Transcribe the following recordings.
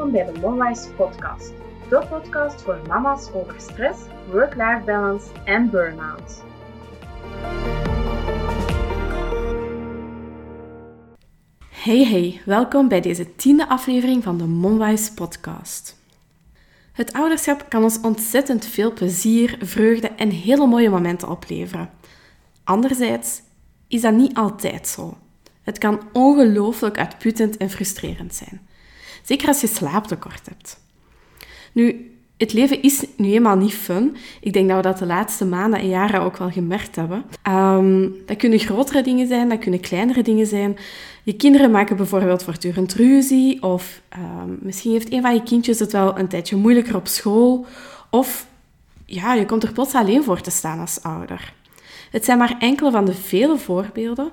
Welkom bij de MomWise podcast. De podcast voor mama's over stress, work-life balance en burn-out. Hey, welkom bij deze 10e aflevering van de MomWise podcast. Het ouderschap kan ons ontzettend veel plezier, vreugde en hele mooie momenten opleveren. Anderzijds is dat niet altijd zo. Het kan ongelooflijk uitputtend en frustrerend zijn. Zeker als je slaaptekort hebt. Nu, het leven is nu eenmaal niet fun. Ik denk dat we dat de laatste maanden en jaren ook wel gemerkt hebben. Dat kunnen grotere dingen zijn, dat kunnen kleinere dingen zijn. Je kinderen maken bijvoorbeeld voortdurend ruzie. Of misschien heeft een van je kindjes het wel een tijdje moeilijker op school. Of ja, je komt er plots alleen voor te staan als ouder. Het zijn maar enkele van de vele voorbeelden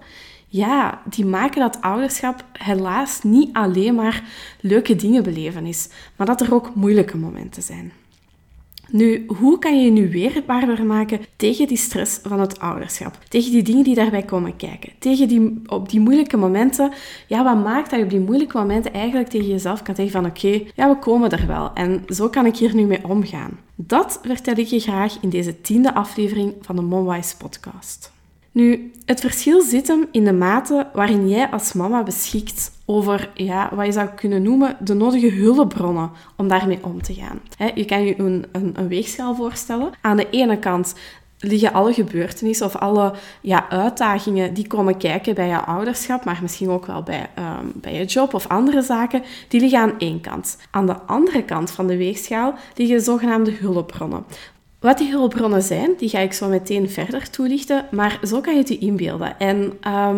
die maken dat ouderschap helaas niet alleen maar leuke dingen beleven is, maar dat er ook moeilijke momenten zijn. Nu, hoe kan je je nu weerbaarder maken tegen die stress van het ouderschap? Tegen die dingen die daarbij komen kijken? Op die moeilijke momenten, wat maakt dat je op die moeilijke momenten eigenlijk tegen jezelf kan zeggen van oké, we komen er wel en zo kan ik hier nu mee omgaan. Dat vertel ik je graag in deze 10e aflevering van de MomWise podcast. Nu, het verschil zit hem in de mate waarin jij als mama beschikt over wat je zou kunnen noemen de nodige hulpbronnen om daarmee om te gaan. Je kan je een weegschaal voorstellen. Aan de ene kant liggen alle gebeurtenissen of alle uitdagingen die komen kijken bij je ouderschap, maar misschien ook wel bij je job of andere zaken, die liggen aan één kant. Aan de andere kant van de weegschaal liggen zogenaamde hulpbronnen. Wat die hulpbronnen zijn, die ga ik zo meteen verder toelichten, maar zo kan je het je inbeelden. En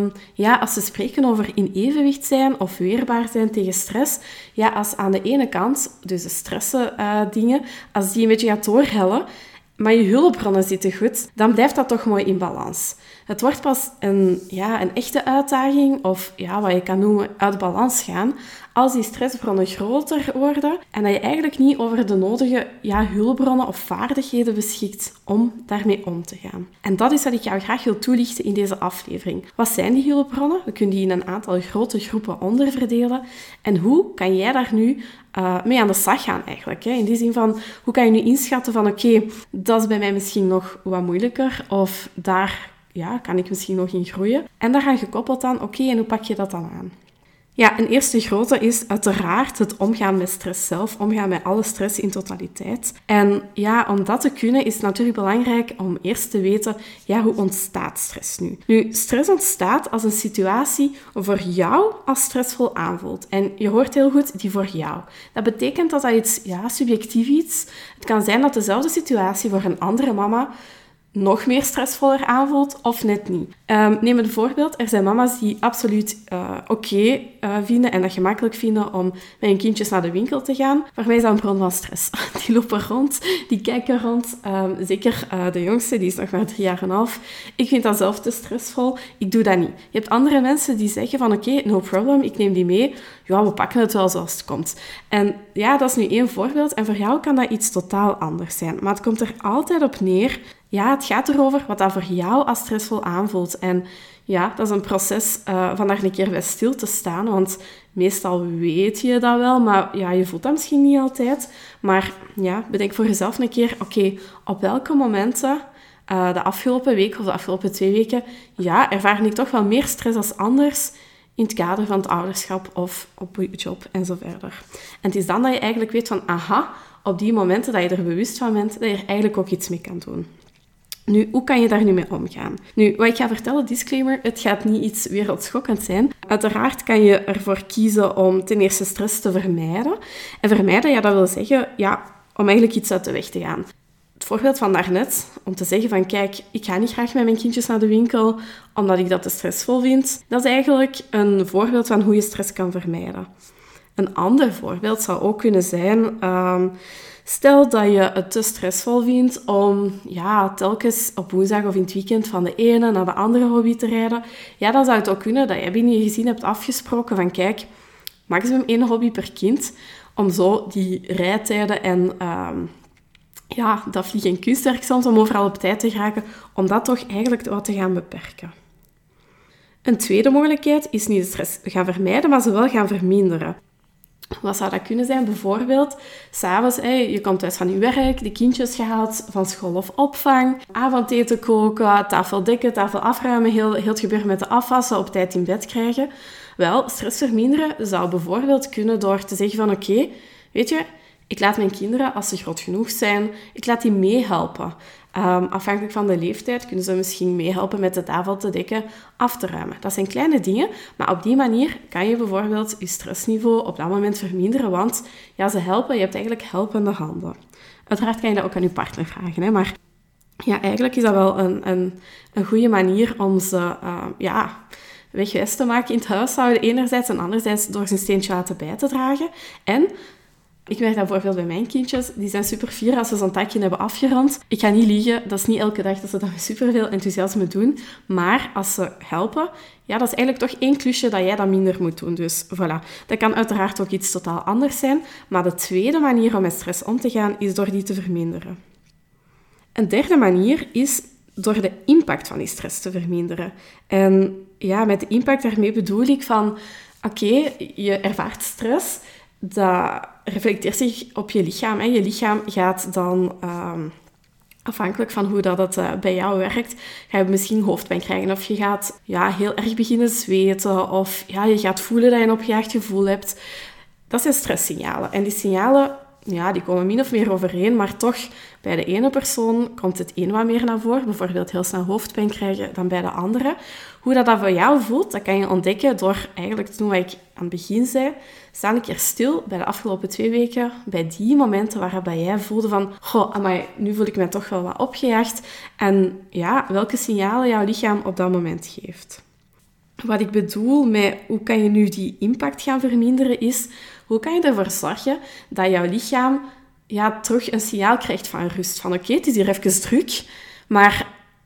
als we spreken over in evenwicht zijn of weerbaar zijn tegen stress, als aan de ene kant, dus de stressen dingen, als die een beetje gaat doorhellen, maar je hulpbronnen zitten goed, dan blijft dat toch mooi in balans. Het wordt pas een echte uitdaging of wat je kan noemen uit balans gaan als die stressbronnen groter worden en dat je eigenlijk niet over de nodige hulpbronnen of vaardigheden beschikt om daarmee om te gaan. En dat is wat ik jou graag wil toelichten in deze aflevering. Wat zijn die hulpbronnen? We kunnen die in een aantal grote groepen onderverdelen. En hoe kan jij daar nu mee aan de slag gaan eigenlijk? Hè? In die zin van, hoe kan je nu inschatten van oké, dat is bij mij misschien nog wat moeilijker of daar kan ik misschien nog in groeien. En daar gaan gekoppeld aan, en hoe pak je dat dan aan? Een eerste grote is uiteraard het omgaan met stress zelf, omgaan met alle stress in totaliteit. En om dat te kunnen is het natuurlijk belangrijk om eerst te weten, hoe ontstaat stress nu? Nu, stress ontstaat als een situatie voor jou als stressvol aanvoelt. En je hoort heel goed, die voor jou. Dat betekent dat iets, subjectief iets. Het kan zijn dat dezelfde situatie voor een andere mama nog meer stressvoller aanvoelt of net niet. Neem een voorbeeld. Er zijn mama's die absoluut vinden en dat gemakkelijk vinden om met hun kindjes naar de winkel te gaan. Voor mij is dat een bron van stress. Die lopen rond, die kijken rond. Zeker de jongste, die is nog maar 3,5 jaar. Ik vind dat zelf te stressvol. Ik doe dat niet. Je hebt andere mensen die zeggen van no problem, ik neem die mee. We pakken het wel zoals het komt. En dat is nu één voorbeeld. En voor jou kan dat iets totaal anders zijn. Maar het komt er altijd op neer. Het gaat erover wat dat voor jou als stressvol aanvoelt. En dat is een proces van daar een keer bij stil te staan. Want meestal weet je dat wel, maar je voelt dat misschien niet altijd. Maar bedenk voor jezelf een keer, op welke momenten de afgelopen week of de afgelopen 2 weken, ervaar ik toch wel meer stress als anders in het kader van het ouderschap of op je job en zo verder. En het is dan dat je eigenlijk weet van, op die momenten dat je er bewust van bent, dat je er eigenlijk ook iets mee kan doen. Nu, hoe kan je daar nu mee omgaan? Nu, wat ik ga vertellen, disclaimer, het gaat niet iets wereldschokkend zijn. Uiteraard kan je ervoor kiezen om ten eerste stress te vermijden. En vermijden, dat wil zeggen, om eigenlijk iets uit de weg te gaan. Het voorbeeld van daarnet, om te zeggen van kijk, ik ga niet graag met mijn kindjes naar de winkel, omdat ik dat te stressvol vind. Dat is eigenlijk een voorbeeld van hoe je stress kan vermijden. Een ander voorbeeld zou ook kunnen zijn, stel dat je het te stressvol vindt om telkens op woensdag of in het weekend van de ene naar de andere hobby te rijden. Dan zou het ook kunnen dat jij binnen je gezin hebt afgesproken van kijk, maximum 1 hobby per kind, om zo die rijtijden en dat vlieg- en kunstwerk soms om overal op tijd te geraken, om dat toch eigenlijk wat te gaan beperken. Een tweede mogelijkheid is niet de stress gaan vermijden, maar ze wel gaan verminderen. Wat zou dat kunnen zijn? Bijvoorbeeld, 's avonds, je komt thuis van je werk, de kindjes gehaald van school of opvang, avondeten koken, tafel dekken, tafel afruimen, heel het gebeuren met de afwassen, op tijd in bed krijgen. Wel, stress verminderen zou bijvoorbeeld kunnen door te zeggen van oké, weet je, ik laat mijn kinderen, als ze groot genoeg zijn, ik laat die meehelpen. Afhankelijk van de leeftijd kunnen ze misschien meehelpen met de tafel te dekken, af te ruimen. Dat zijn kleine dingen, maar op die manier kan je bijvoorbeeld je stressniveau op dat moment verminderen, want ja, ze helpen, je hebt eigenlijk helpende handen. Uiteraard kan je dat ook aan je partner vragen, hè, maar ja, eigenlijk is dat wel een goede manier om ze wegwijs te maken in het huishouden enerzijds en anderzijds door zijn steentje laten bij te dragen. En ik merk dat bijvoorbeeld bij mijn kindjes, die zijn super fier als ze zo'n taakje hebben afgerond. Ik ga niet liegen, dat is niet elke dag dat ze dat met superveel enthousiasme doen. Maar als ze helpen, ja, dat is eigenlijk toch 1 klusje dat jij dan minder moet doen. Dus voilà, dat kan uiteraard ook iets totaal anders zijn. Maar de tweede manier om met stress om te gaan, is door die te verminderen. Een derde manier is door de impact van die stress te verminderen. En ja, met de impact daarmee bedoel ik van, oké, je ervaart stress, dat reflecteert zich op je lichaam. En je lichaam gaat dan, afhankelijk van hoe dat het bij jou werkt, ga je misschien hoofdpijn krijgen. Of je gaat heel erg beginnen zweten. Of je gaat voelen dat je een opgejaagd gevoel hebt. Dat zijn stresssignalen. En die signalen, die komen min of meer overeen. Maar toch, bij de ene persoon komt het een wat meer naar voren. Bijvoorbeeld heel snel hoofdpijn krijgen dan bij de andere. Hoe dat voor jou voelt, dat kan je ontdekken door eigenlijk te doen wat ik aan het begin zei. Sta een keer stil bij de afgelopen 2 weken, bij die momenten waarbij jij voelde van, amai, nu voel ik me toch wel wat opgejaagd. En welke signalen jouw lichaam op dat moment geeft. Wat ik bedoel met hoe kan je nu die impact gaan verminderen is, hoe kan je ervoor zorgen dat jouw lichaam terug een signaal krijgt van rust. Van oké, het is hier even druk, maar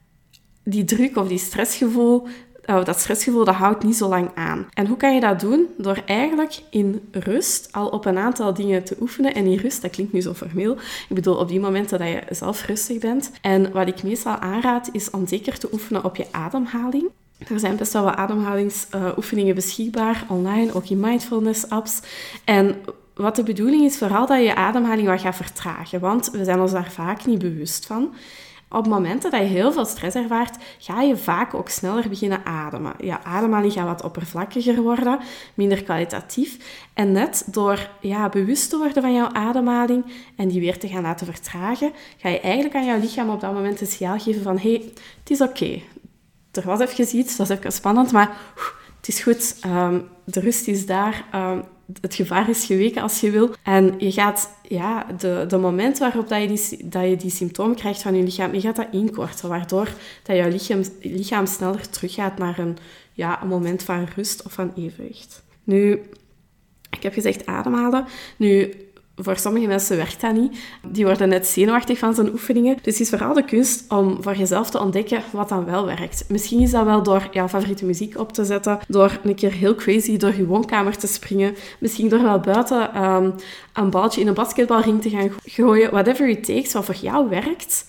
die druk of die stressgevoel, dat stressgevoel, dat houdt niet zo lang aan. En hoe kan je dat doen? Door eigenlijk in rust al op een aantal dingen te oefenen. En in rust, dat klinkt nu zo formeel. Ik bedoel, op die momenten dat je zelf rustig bent. En wat ik meestal aanraad, is om zeker te oefenen op je ademhaling. Er zijn best wel wat ademhalingsoefeningen beschikbaar, online, ook in mindfulness-apps. En wat de bedoeling is, vooral dat je je ademhaling wat gaat vertragen. Want we zijn ons daar vaak niet bewust van. Op momenten dat je heel veel stress ervaart, ga je vaak ook sneller beginnen ademen. Je ademhaling gaat wat oppervlakkiger worden, minder kwalitatief. En net door bewust te worden van jouw ademhaling en die weer te gaan laten vertragen, ga je eigenlijk aan jouw lichaam op dat moment een signaal geven van hey, het is oké. Er was even iets, dat was even spannend, maar het is goed. De rust is daar. Het gevaar is geweken als je wil. En je gaat de moment waarop dat je die symptomen krijgt van je lichaam, je gaat dat inkorten, waardoor dat jouw lichaam sneller teruggaat naar een moment van rust of van evenwicht. Nu, ik heb gezegd ademhalen. Nu, voor sommige mensen werkt dat niet. Die worden net zenuwachtig van zo'n oefeningen. Dus het is vooral de kunst om voor jezelf te ontdekken wat dan wel werkt. Misschien is dat wel door jouw favoriete muziek op te zetten, door een keer heel crazy door je woonkamer te springen, misschien door wel buiten een baltje in een basketbalring te gaan gooien. Whatever it takes, wat voor jou werkt,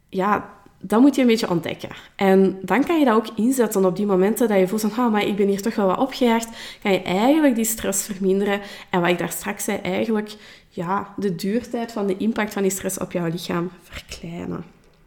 dat moet je een beetje ontdekken. En dan kan je dat ook inzetten op die momenten dat je voelt van, maar ik ben hier toch wel wat opgejaagd. Kan je eigenlijk die stress verminderen. En wat ik daar straks zei, eigenlijk de duurtijd van de impact van die stress op jouw lichaam verkleinen.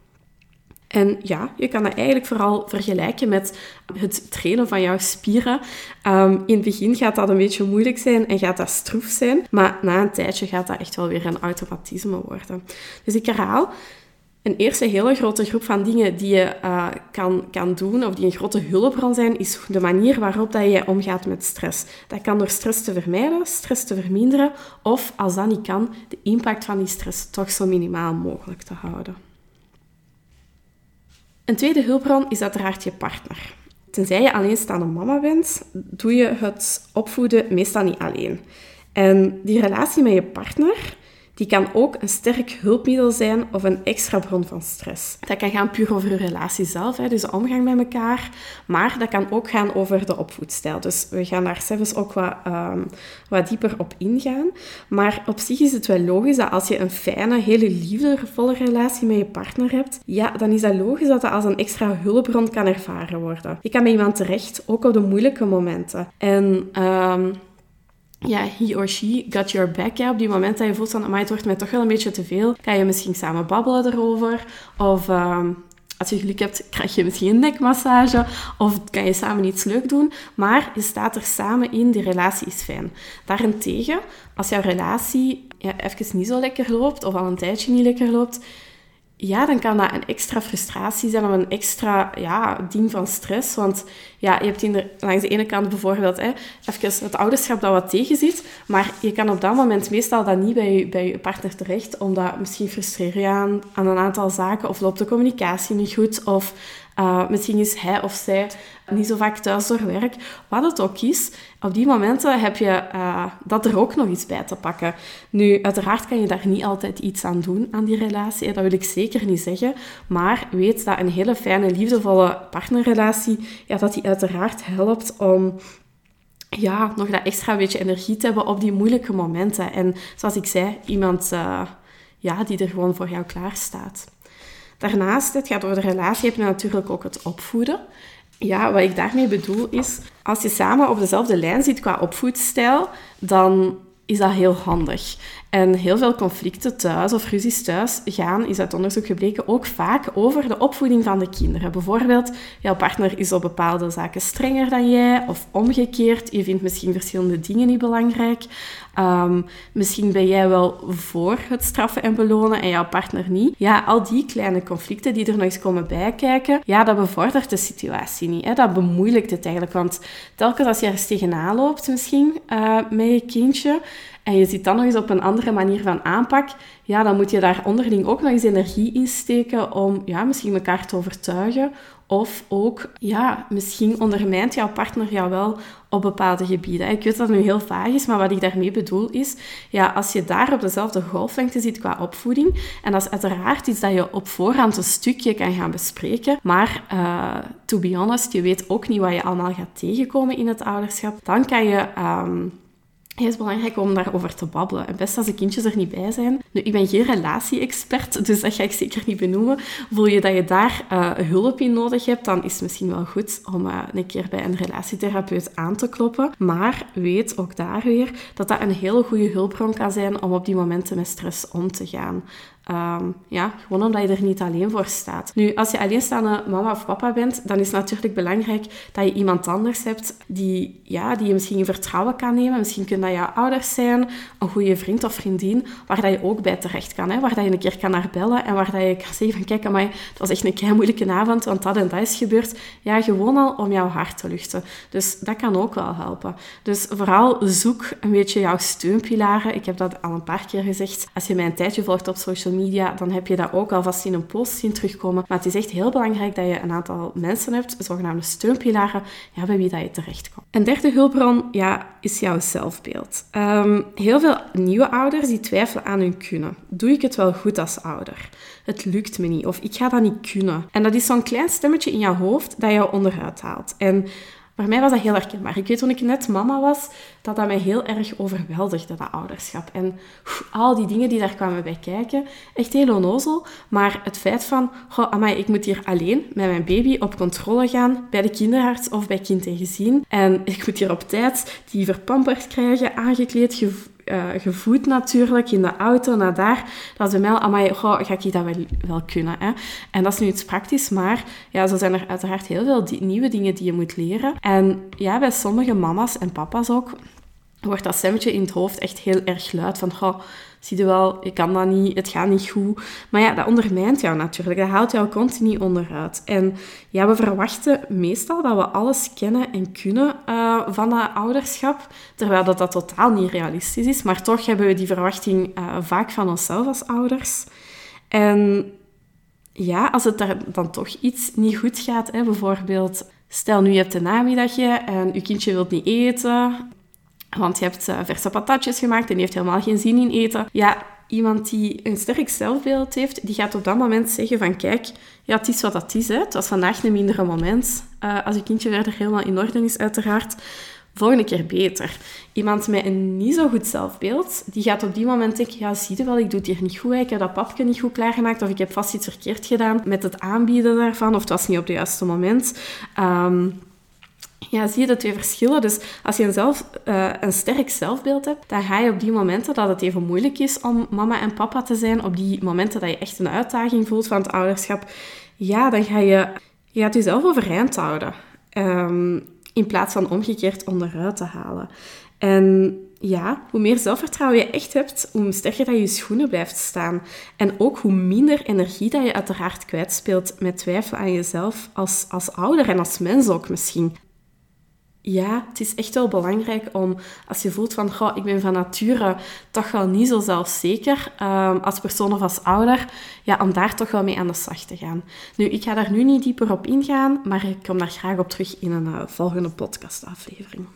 En je kan dat eigenlijk vooral vergelijken met het trainen van jouw spieren. In het begin gaat dat een beetje moeilijk zijn en gaat dat stroef zijn. Maar na een tijdje gaat dat echt wel weer een automatisme worden. Dus ik herhaal, een eerste hele grote groep van dingen die je kan doen, of die een grote hulpbron zijn, is de manier waarop dat je omgaat met stress. Dat kan door stress te vermijden, stress te verminderen, of als dat niet kan, de impact van die stress toch zo minimaal mogelijk te houden. Een tweede hulpbron is uiteraard je partner. Tenzij je alleenstaande mama bent, doe je het opvoeden meestal niet alleen. En die relatie met je partner, die kan ook een sterk hulpmiddel zijn of een extra bron van stress. Dat kan gaan puur over je relatie zelf, dus de omgang met elkaar. Maar dat kan ook gaan over de opvoedstijl. Dus we gaan daar zelfs ook wat dieper op ingaan. Maar op zich is het wel logisch dat als je een fijne, hele liefdevolle relatie met je partner hebt, dan is dat logisch dat dat als een extra hulpbron kan ervaren worden. Je kan bij iemand terecht, ook op de moeilijke momenten. En he or she got your back. Op die moment dat je voelt van, amai, het wordt mij toch wel een beetje te veel, kan je misschien samen babbelen erover. Of als je geluk hebt, krijg je misschien een nekmassage. Of kan je samen iets leuk doen. Maar je staat er samen in, die relatie is fijn. Daarentegen, als jouw relatie even niet zo lekker loopt, of al een tijdje niet lekker loopt, ja, dan kan dat een extra frustratie zijn of een extra ding van stress. Want je hebt langs de ene kant bijvoorbeeld even het ouderschap dat wat tegenzit, maar je kan op dat moment meestal dat niet bij je partner terecht, omdat misschien frustreer je aan een aantal zaken of loopt de communicatie niet goed of misschien is hij of zij niet zo vaak thuis door werk. Wat het ook is, op die momenten heb je dat er ook nog iets bij te pakken. Nu, uiteraard kan je daar niet altijd iets aan doen, aan die relatie. Dat wil ik zeker niet zeggen. Maar weet dat een hele fijne, liefdevolle partnerrelatie, dat die uiteraard helpt om nog dat extra beetje energie te hebben op die moeilijke momenten. En zoals ik zei, iemand die er gewoon voor jou klaar staat. Daarnaast, het gaat over de relatie, heb je natuurlijk ook het opvoeden. Ja, wat ik daarmee bedoel is, als je samen op dezelfde lijn zit qua opvoedstijl, dan is dat heel handig. En heel veel conflicten thuis of ruzies thuis gaan, is uit onderzoek gebleken, ook vaak over de opvoeding van de kinderen. Bijvoorbeeld, jouw partner is op bepaalde zaken strenger dan jij, of omgekeerd. Je vindt misschien verschillende dingen niet belangrijk. Misschien ben jij wel voor het straffen en belonen en jouw partner niet. Ja, al die kleine conflicten die er nog eens komen bijkijken, dat bevordert de situatie niet. Hè? Dat bemoeilijkt het eigenlijk, want telkens als je ergens tegenaan loopt misschien met je kindje, en je zit dan nog eens op een andere manier van aanpak, dan moet je daar onderling ook nog eens energie in steken om misschien elkaar te overtuigen. Of ook, misschien ondermijnt jouw partner jou wel op bepaalde gebieden. Ik weet dat het nu heel vaag is, maar wat ik daarmee bedoel is, als je daar op dezelfde golflengte zit qua opvoeding, en dat is uiteraard iets dat je op voorhand een stukje kan gaan bespreken, maar to be honest, je weet ook niet wat je allemaal gaat tegenkomen in het ouderschap, dan kan je... Het is belangrijk om daarover te babbelen. En best als de kindjes er niet bij zijn. Nu, ik ben geen relatie-expert, dus dat ga ik zeker niet benoemen. Voel je dat je daar hulp in nodig hebt, dan is het misschien wel goed om een keer bij een relatietherapeut aan te kloppen. Maar weet ook daar weer dat dat een hele goede hulpbron kan zijn om op die momenten met stress om te gaan. Gewoon omdat je er niet alleen voor staat. Nu, als je alleenstaande mama of papa bent, dan is het natuurlijk belangrijk dat je iemand anders hebt die je misschien in vertrouwen kan nemen. Misschien kunnen dat jouw ouders zijn, een goede vriend of vriendin, waar dat je ook bij terecht kan. Hè? Waar dat je een keer kan naar bellen en waar dat je kan zeggen van kijk, amai, het was echt een kei moeilijke avond, want dat en dat is gebeurd. Ja, gewoon al om jouw hart te luchten. Dus dat kan ook wel helpen. Dus vooral zoek een beetje jouw steunpilaren. Ik heb dat al een paar keer gezegd. Als je mij een tijdje volgt op social media, dan heb je dat ook alvast in een post zien terugkomen. Maar het is echt heel belangrijk dat je een aantal mensen hebt, zogenaamde steunpilaren, bij wie dat je terechtkomt. Een derde hulpbron, is jouw zelfbeeld. Heel veel nieuwe ouders die twijfelen aan hun kunnen. Doe ik het wel goed als ouder? Het lukt me niet, of ik ga dat niet kunnen. En dat is zo'n klein stemmetje in jouw hoofd dat jou onderuit haalt. En voor mij was dat heel herkenbaar. Ik weet toen ik net mama was, dat mij heel erg overweldigde, dat ouderschap. En al die dingen die daar kwamen bij kijken, echt heel onnozel. Maar het feit van, ik moet hier alleen met mijn baby op controle gaan, bij de kinderarts of bij Kind en Gezin. En ik moet hier op tijd die verpamperd krijgen, aangekleed, gevoed natuurlijk, in de auto, naar daar. Dat is bij mij al, ga ik dat wel kunnen. Hè? En dat is nu iets praktisch, maar zo zijn er uiteraard heel veel nieuwe dingen die je moet leren. En bij sommige mama's en papa's ook, wordt dat stemmetje in het hoofd echt heel erg luid van, zie je wel, je kan dat niet, het gaat niet goed. Maar dat ondermijnt jou natuurlijk, dat haalt jou continu onderuit. En we verwachten meestal dat we alles kennen en kunnen van dat ouderschap, terwijl dat totaal niet realistisch is. Maar toch hebben we die verwachting vaak van onszelf als ouders. En als het daar dan toch iets niet goed gaat, bijvoorbeeld, stel nu je hebt een namiddagje en je kindje wilt niet eten, want je hebt verse patatjes gemaakt en die heeft helemaal geen zin in eten. Iemand die een sterk zelfbeeld heeft, die gaat op dat moment zeggen van kijk, het is wat dat is. Hè. Het was vandaag een mindere moment. Als je kindje verder helemaal in orde is, uiteraard. Volgende keer beter. Iemand met een niet zo goed zelfbeeld, die gaat op die moment denken, zie je wel, ik doe het hier niet goed. Ik heb dat papje niet goed klaargemaakt of ik heb vast iets verkeerd gedaan met het aanbieden daarvan of het was niet op het juiste moment. ja, zie je de twee verschillen. Dus als je een sterk zelfbeeld hebt, dan ga je op die momenten dat het even moeilijk is om mama en papa te zijn, op die momenten dat je echt een uitdaging voelt van het ouderschap, ja, dan ga je gaat jezelf overeind houden. In plaats van omgekeerd onderuit te halen. En ja, hoe meer zelfvertrouwen je echt hebt, hoe sterker dat je je schoenen blijft staan. En ook hoe minder energie dat je uiteraard kwijtspeelt met twijfelen aan jezelf als ouder en als mens ook misschien. Ja, het is echt wel belangrijk om, als je voelt van, ik ben van nature toch wel niet zo zelfzeker als persoon of als ouder, ja, om daar toch wel mee aan de slag te gaan. Nu, ik ga daar nu niet dieper op ingaan, maar ik kom daar graag op terug in een volgende podcastaflevering.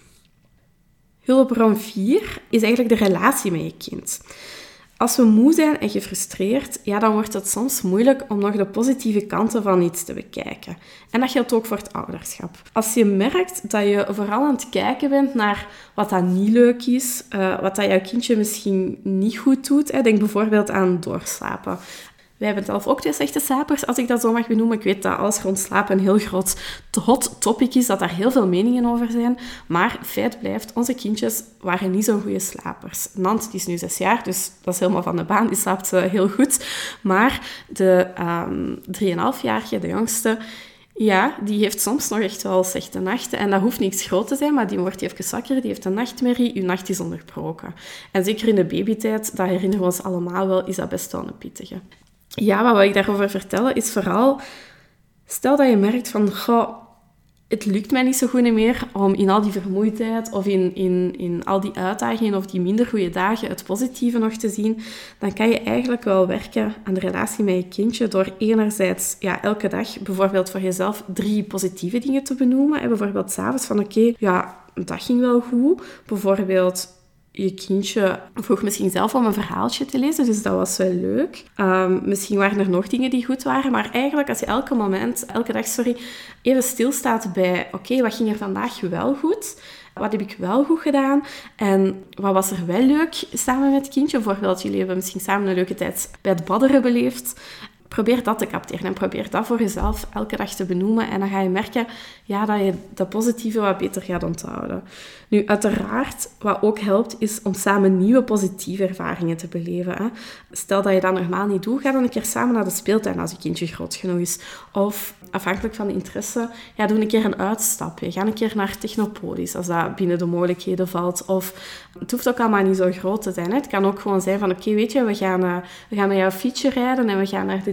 Hulpbron 4 is eigenlijk de relatie met je kind. Als we moe zijn en gefrustreerd, ja, dan wordt het soms moeilijk om nog de positieve kanten van iets te bekijken. En dat geldt ook voor het ouderschap. Als je merkt dat je vooral aan het kijken bent naar wat dat niet leuk is, wat dat jouw kindje misschien niet goed doet, denk bijvoorbeeld aan doorslapen. Wij hebben zelf ook 2 slechte slapers, als ik dat zo mag benoemen. Ik weet dat alles rond slapen een heel groot hot topic is, dat daar heel veel meningen over zijn. Maar feit blijft, onze kindjes waren niet zo'n goede slapers. Nant, die is nu 6 jaar, dus dat is helemaal van de baan. Die slaapt heel goed. Maar de 3,5-jarige, de jongste, ja, die heeft soms nog echt wel slechte nachten. En dat hoeft niks groot te zijn, maar die wordt even wakker, die heeft een nachtmerrie, uw nacht is onderbroken. En zeker in de babytijd, dat herinneren we ons allemaal wel, is dat best wel een pittige. Ja, wat wil ik daarover vertellen is vooral, stel dat je merkt van, het lukt mij niet zo goed meer om in al die vermoeidheid of in al die uitdagingen of die minder goede dagen het positieve nog te zien, dan kan je eigenlijk wel werken aan de relatie met je kindje door enerzijds elke dag bijvoorbeeld voor jezelf 3 positieve dingen te benoemen. Bijvoorbeeld 's avonds van dat ging wel goed. Bijvoorbeeld je kindje vroeg misschien zelf om een verhaaltje te lezen, dus dat was wel leuk. Misschien waren er nog dingen die goed waren, maar eigenlijk als je elke dag, even stilstaat bij, wat ging er vandaag wel goed? Wat heb ik wel goed gedaan? En wat was er wel leuk samen met het kindje? Bijvoorbeeld, jullie hebben misschien samen een leuke tijd bij het badderen beleefd. Probeer dat te capteren en probeer dat voor jezelf elke dag te benoemen. En dan ga je merken dat je dat positieve wat beter gaat onthouden. Nu, uiteraard, wat ook helpt, is om samen nieuwe positieve ervaringen te beleven. Hè. Stel dat je dat normaal niet doet, ga dan een keer samen naar de speeltuin als je kindje groot genoeg is. Of, afhankelijk van de interesse, doe een keer een uitstapje. Ga een keer naar Technopolis, als dat binnen de mogelijkheden valt. Of, het hoeft ook allemaal niet zo groot te zijn. Hè. Het kan ook gewoon zijn van, weet je, we gaan met jouw fietsje rijden en we gaan naar het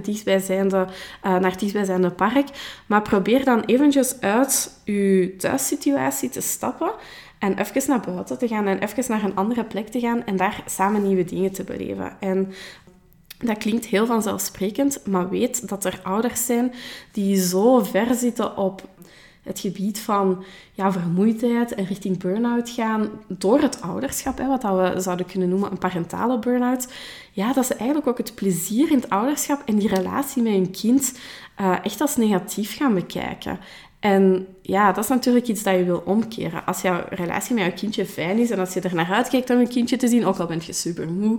dichtstbijzijnde park. Maar probeer dan eventjes uit je thuissituatie te stappen en even naar buiten te gaan en even naar een andere plek te gaan en daar samen nieuwe dingen te beleven. En dat klinkt heel vanzelfsprekend, maar weet dat er ouders zijn die zo ver zitten op het gebied van vermoeidheid en richting burn-out gaan door het ouderschap, wat we zouden kunnen noemen een parentale burn-out. Ja, dat ze eigenlijk ook het plezier in het ouderschap en die relatie met hun kind echt als negatief gaan bekijken. En ja, dat is natuurlijk iets dat je wil omkeren. Als jouw relatie met jouw kindje fijn is en als je er naar uitkijkt om je kindje te zien, ook al ben je super moe,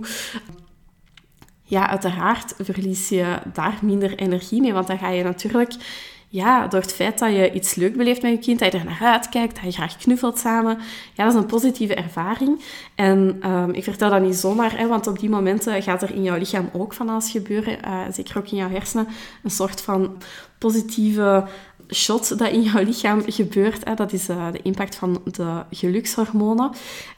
ja, uiteraard verlies je daar minder energie mee, want dan ga je natuurlijk door het feit dat je iets leuk beleeft met je kind, dat je er naar uitkijkt, dat je graag knuffelt samen, dat is een positieve ervaring. En ik vertel dat niet zomaar, want op die momenten gaat er in jouw lichaam ook van alles gebeuren, zeker ook in jouw hersenen, een soort van positieve shot dat in jouw lichaam gebeurt. Dat is de impact van de gelukshormonen.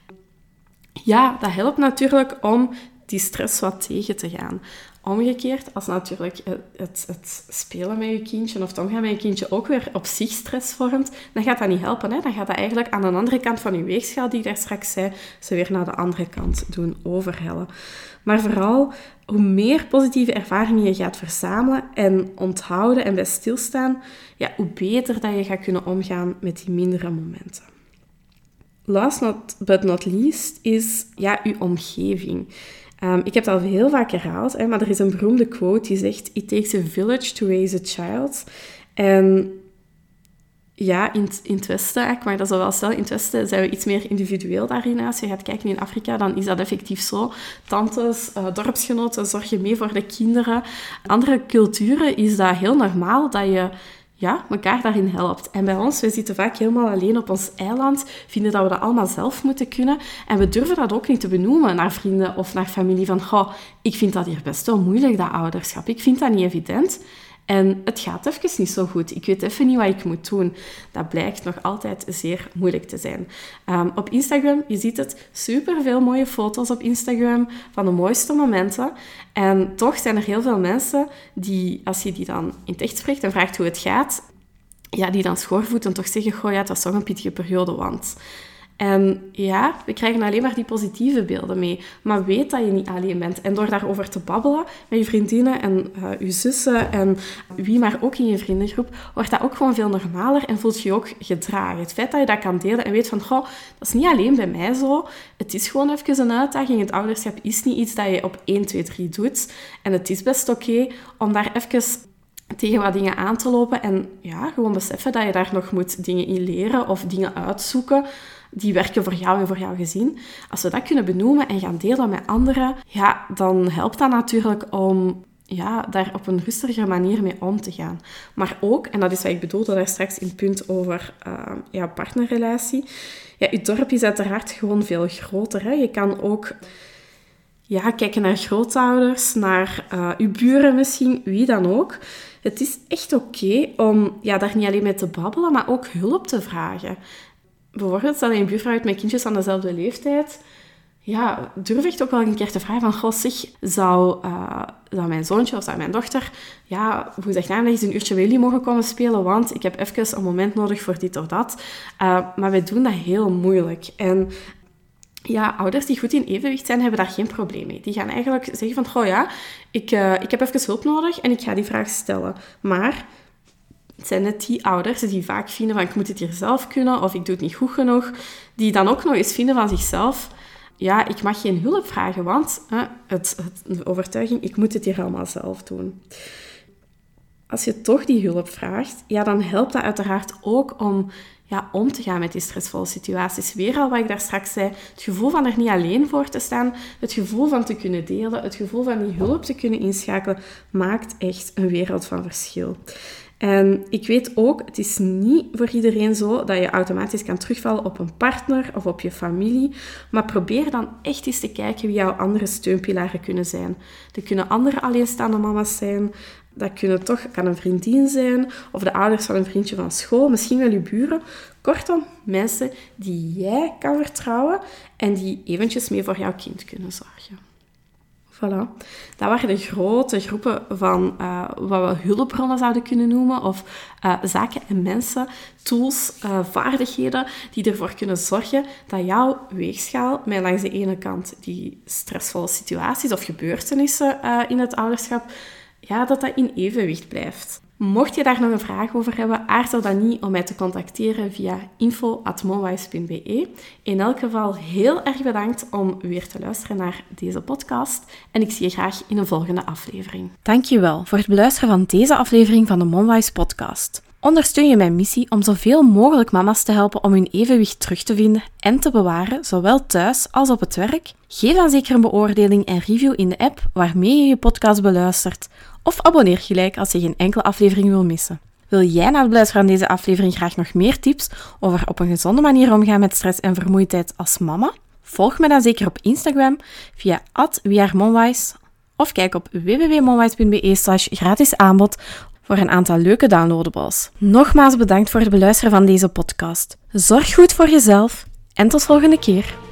Ja, dat helpt natuurlijk om die stress wat tegen te gaan. Omgekeerd, als natuurlijk het spelen met je kindje of het omgaan met je kindje ook weer op zich stress vormt, dan gaat dat niet helpen. Hè? Dan gaat dat eigenlijk aan de andere kant van je weegschaal, die ik daar straks zei, ze weer naar de andere kant doen overhellen. Maar vooral, hoe meer positieve ervaringen je gaat verzamelen en onthouden en bij stilstaan, hoe beter dat je gaat kunnen omgaan met die mindere momenten. Last but not least is je omgeving. Ik heb het al heel vaak herhaald, maar er is een beroemde quote die zegt: "It takes a village to raise a child." En ja, in het Westen, maar dat is wel stellen, in het Westen zijn we iets meer individueel daarin. Als je gaat kijken in Afrika, dan is dat effectief zo. Tantes, dorpsgenoten zorgen mee voor de kinderen. Andere culturen is dat heel normaal dat je elkaar daarin helpt. En bij ons, we zitten vaak helemaal alleen op ons eiland, vinden dat we dat allemaal zelf moeten kunnen. En we durven dat ook niet te benoemen naar vrienden of naar familie. Van, ik vind dat hier best wel moeilijk, dat ouderschap. Ik vind dat niet evident. En het gaat even niet zo goed. Ik weet even niet wat ik moet doen. Dat blijkt nog altijd zeer moeilijk te zijn. Op Instagram, je ziet het, superveel mooie foto's op Instagram van de mooiste momenten. En toch zijn er heel veel mensen die, als je die dan in het echt spreekt en vraagt hoe het gaat, die dan schoorvoeten toch zeggen, het was toch een pittige periode, want... En we krijgen alleen maar die positieve beelden mee. Maar weet dat je niet alleen bent. En door daarover te babbelen met je vriendinnen en je zussen en wie maar ook in je vriendengroep, wordt dat ook gewoon veel normaler en voelt je je ook gedragen. Het feit dat je dat kan delen en weet van, dat is niet alleen bij mij zo. Het is gewoon even een uitdaging. Het ouderschap is niet iets dat je op 1, 2, 3 doet. En het is best oké om daar even tegen wat dingen aan te lopen en gewoon beseffen dat je daar nog moet dingen in leren of dingen uitzoeken die werken voor jou en voor jouw gezin. Als we dat kunnen benoemen en gaan delen met anderen, dan helpt dat natuurlijk om daar op een rustige manier mee om te gaan. Maar ook, en dat is wat ik bedoelde daar straks in het punt over partnerrelatie, je dorp is uiteraard gewoon veel groter. Hè? Je kan ook kijken naar grootouders, naar je buren misschien, wie dan ook. Het is echt oké om daar niet alleen mee te babbelen, maar ook hulp te vragen. Bijvoorbeeld, stel je een buurvrouw uit met kindjes van dezelfde leeftijd. Durf echt ook wel een keer te vragen van, zou mijn zoontje of zou mijn dochter, hoe zeg je eens een uurtje bij jullie mogen komen spelen, want ik heb even een moment nodig voor dit of dat. Maar wij doen dat heel moeilijk. En ouders die goed in evenwicht zijn, hebben daar geen probleem mee. Die gaan eigenlijk zeggen van, ik heb even hulp nodig en ik ga die vraag stellen. Maar het zijn net die ouders die vaak vinden van, ik moet het hier zelf kunnen of ik doe het niet goed genoeg. Die dan ook nog eens vinden van zichzelf, ik mag geen hulp vragen, want de overtuiging, ik moet het hier allemaal zelf doen. Als je toch die hulp vraagt, dan helpt dat uiteraard ook om te gaan met die stressvolle situaties. Weer al wat ik daar straks zei, het gevoel van er niet alleen voor te staan, het gevoel van te kunnen delen, het gevoel van die hulp te kunnen inschakelen, maakt echt een wereld van verschil. En ik weet ook, het is niet voor iedereen zo dat je automatisch kan terugvallen op een partner of op je familie, maar probeer dan echt eens te kijken wie jouw andere steunpilaren kunnen zijn. Dat kunnen andere alleenstaande mama's zijn, dat kan een vriendin zijn, of de ouders van een vriendje van school, misschien wel je buren. Kortom, mensen die jij kan vertrouwen en die eventjes mee voor jouw kind kunnen zorgen. Voilà. Dat waren de grote groepen van wat we hulpbronnen zouden kunnen noemen, of zaken en mensen, tools, vaardigheden die ervoor kunnen zorgen dat jouw weegschaal met langs de ene kant die stressvolle situaties of gebeurtenissen in het ouderschap, dat in evenwicht blijft. Mocht je daar nog een vraag over hebben, aarzel dan niet om mij te contacteren via info@monwise.be. In elk geval heel erg bedankt om weer te luisteren naar deze podcast en ik zie je graag in een volgende aflevering. Dankjewel voor het beluisteren van deze aflevering van de Monwise podcast. Ondersteun je mijn missie om zoveel mogelijk mama's te helpen om hun evenwicht terug te vinden en te bewaren, zowel thuis als op het werk? Geef dan zeker een beoordeling en review in de app waarmee je je podcast beluistert. Of abonneer gelijk als je geen enkele aflevering wil missen. Wil jij na het beluisteren van deze aflevering graag nog meer tips over op een gezonde manier omgaan met stress en vermoeidheid als mama? Volg me dan zeker op Instagram via @wearemonwise of kijk op www.monwise.be/gratis aanbod voor een aantal leuke downloadables. Nogmaals bedankt voor het beluisteren van deze podcast. Zorg goed voor jezelf en tot volgende keer.